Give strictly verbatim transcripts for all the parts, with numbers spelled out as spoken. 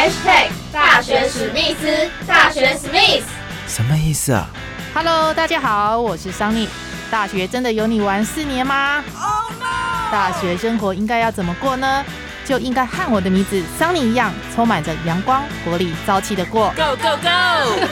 hashtag 大学史密斯，大学史密斯， 什么意思啊 ？Hello， 大家好，我是桑尼。大学真的有你玩四年吗？ Oh no！ 大学生活应该要怎么过呢？就应该和我的名字桑尼一样，充满着阳光、活力、朝气的过。 Go go go！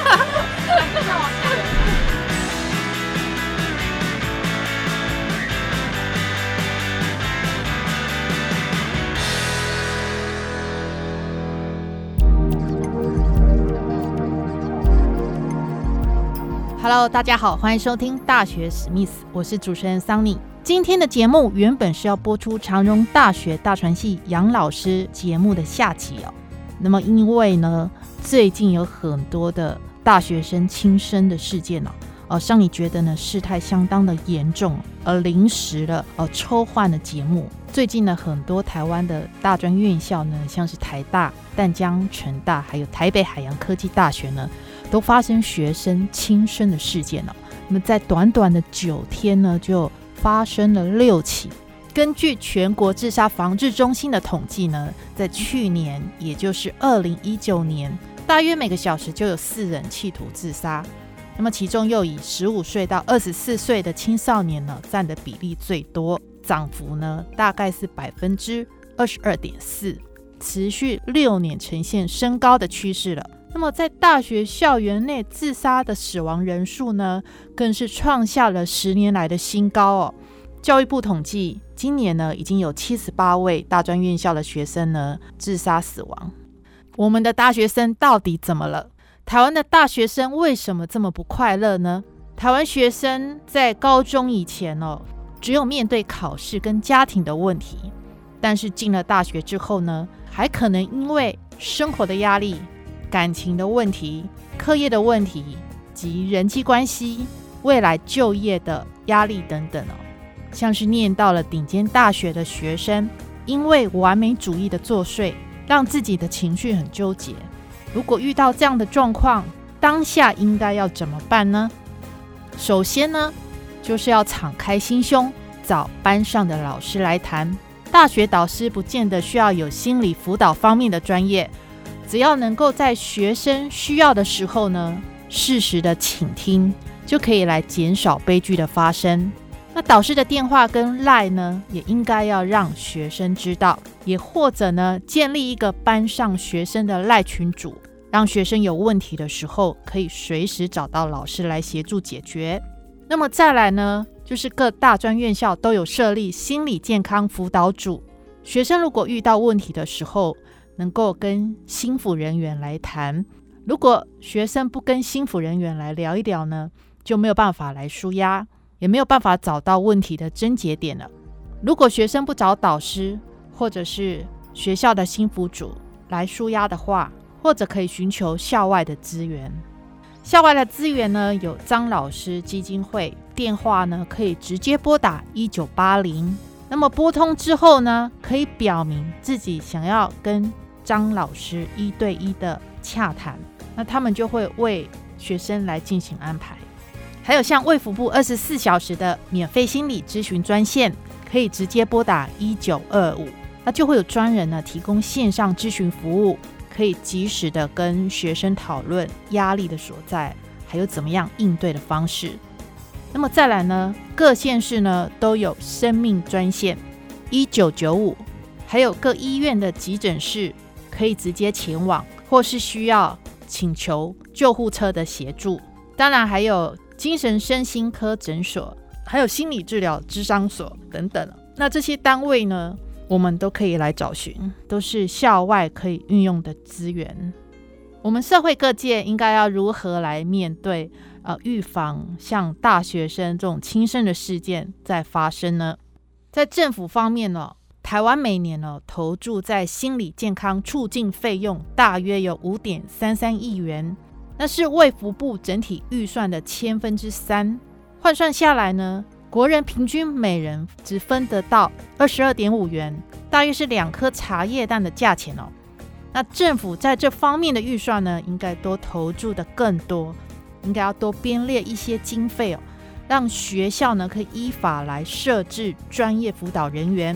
Hello， 大家好，欢迎收听大学史密斯，我是主持人桑尼。今天的节目原本是要播出长荣大学大传系杨老师节目的下集哦。那么因为呢，最近有很多的大学生轻生的事件哦，呃，桑尼觉得呢事态相当的严重，而临时了呃抽换了节目。最近呢，很多台湾的大专院校呢，像是台大、淡江、成大，还有台北海洋科技大学呢，都发生学生轻生的事件哦。那么在短短的九天呢，就发生了六起。根据全国自杀防治中心的统计呢，在去年，也就是二零一九年，大约每个小时就有四人企图自杀。那么其中又以十五岁到二十四岁的青少年呢，占的比例最多，涨幅呢大概是百分之二十二点四，持续六年呈现升高的趋势了。那么在大学校园内自杀的死亡人数呢，更是创下了十年来的新高哦。教育部统计，今年呢已经有七十八位大专院校的学生呢自杀死亡。我们的大学生到底怎么了？台湾的大学生为什么这么不快乐呢？台湾学生在高中以前哦，只有面对考试跟家庭的问题，但是进了大学之后呢，还可能因为生活的压力、感情的问题、课业的问题及人际关系、未来就业的压力等等哦。像是念到了顶尖大学的学生，因为完美主义的作祟，让自己的情绪很纠结。如果遇到这样的状况，当下应该要怎么办呢？首先呢，就是要敞开心胸，找班上的老师来谈。大学导师不见得需要有心理辅导方面的专业，只要能够在学生需要的时候呢，适时的倾听，就可以来减少悲剧的发生。那导师的电话跟 LINE 呢，也应该要让学生知道，也或者呢，建立一个班上学生的 LINE 群组，让学生有问题的时候，可以随时找到老师来协助解决。那么再来呢，就是各大专院校都有设立心理健康辅导组，学生如果遇到问题的时候，能够跟心辅人员来谈。如果学生不跟心辅人员来聊一聊呢，就没有办法来抒压，也没有办法找到问题的症结点了。如果学生不找导师或者是学校的心辅组来抒压的话，或者可以寻求校外的资源。校外的资源呢，有张老师基金会，电话呢可以直接拨打一九八零。那么拨通之后呢，可以表明自己想要跟张老师一对一的洽谈，那他们就会为学生来进行安排。还有像卫福部二十四小时的免费心理咨询专线，可以直接拨打一九二五，那就会有专人呢提供线上咨询服务，可以及时的跟学生讨论压力的所在，还有怎么样应对的方式。那么再来呢，各县市呢都有生命专线一九九五，还有各医院的急诊室可以直接前往，或是需要请求救护车的协助。当然还有精神身心科诊所，还有心理治疗諮商所等等。那这些单位呢，我们都可以来找寻，都是校外可以运用的资源。我们社会各界应该要如何来面对呃，预防像大学生这种轻生的事件在发生呢？在政府方面呢，台湾每年呢投注在心理健康促进费用大约有 五点三三亿元，那是卫福部整体预算的千分之三。换算下来呢，国人平均每人只分得到 二十二点五元，大约是两颗茶叶蛋的价钱哦。那政府在这方面的预算呢，应该多投注的更多，应该要多编列一些经费哦，让学校呢可以依法来设置专业辅导人员，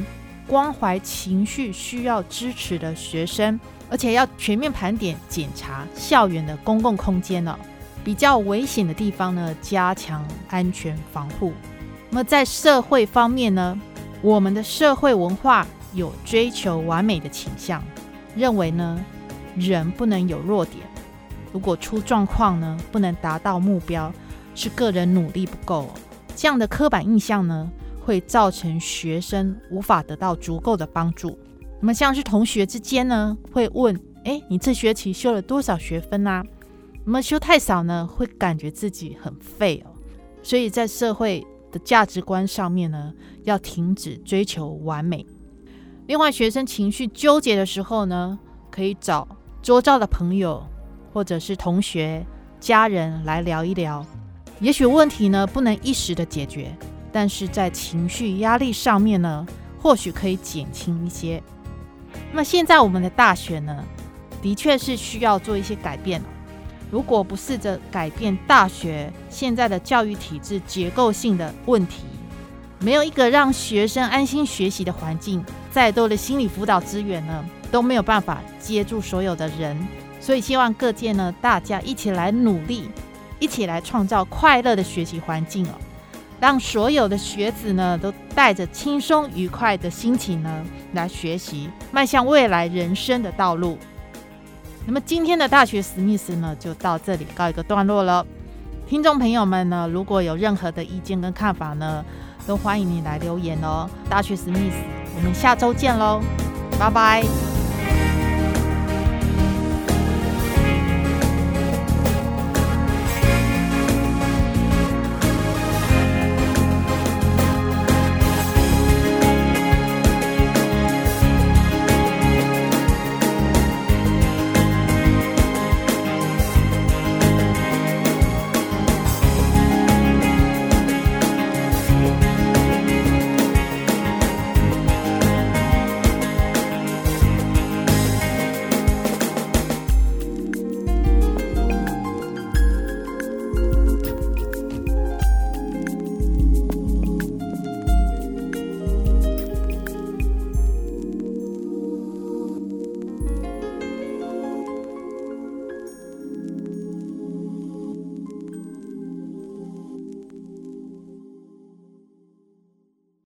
关怀情绪需要支持的学生，而且要全面盘点检查校园的公共空间哦，比较危险的地方呢，加强安全防护。那么在社会方面呢，我们的社会文化有追求完美的倾向，认为呢人不能有弱点，如果出状况呢，不能达到目标，是个人努力不够哦。这样的刻板印象呢，会造成学生无法得到足够的帮助。那么像是同学之间呢，会问诶你这学期修了多少学分啊？那么修太少呢，会感觉自己很废哦。所以在社会的价值观上面呢，要停止追求完美。另外，学生情绪纠结的时候呢，可以找周遭的朋友或者是同学、家人来聊一聊。也许问题呢不能一时的解决，但是在情绪压力上面呢，或许可以减轻一些。那么现在我们的大学呢，的确是需要做一些改变。如果不试着改变大学现在的教育体制结构性的问题，没有一个让学生安心学习的环境，再多的心理辅导资源呢，都没有办法接住所有的人。所以希望各界呢，大家一起来努力，一起来创造快乐的学习环境哦，让所有的学子呢，都带着轻松愉快的心情呢，来学习，迈向未来人生的道路。那么今天的大学史密斯呢，就到这里告一个段落了。听众朋友们呢，如果有任何的意见跟看法呢，都欢迎你来留言哦。大学史密斯，我们下周见喽，拜拜。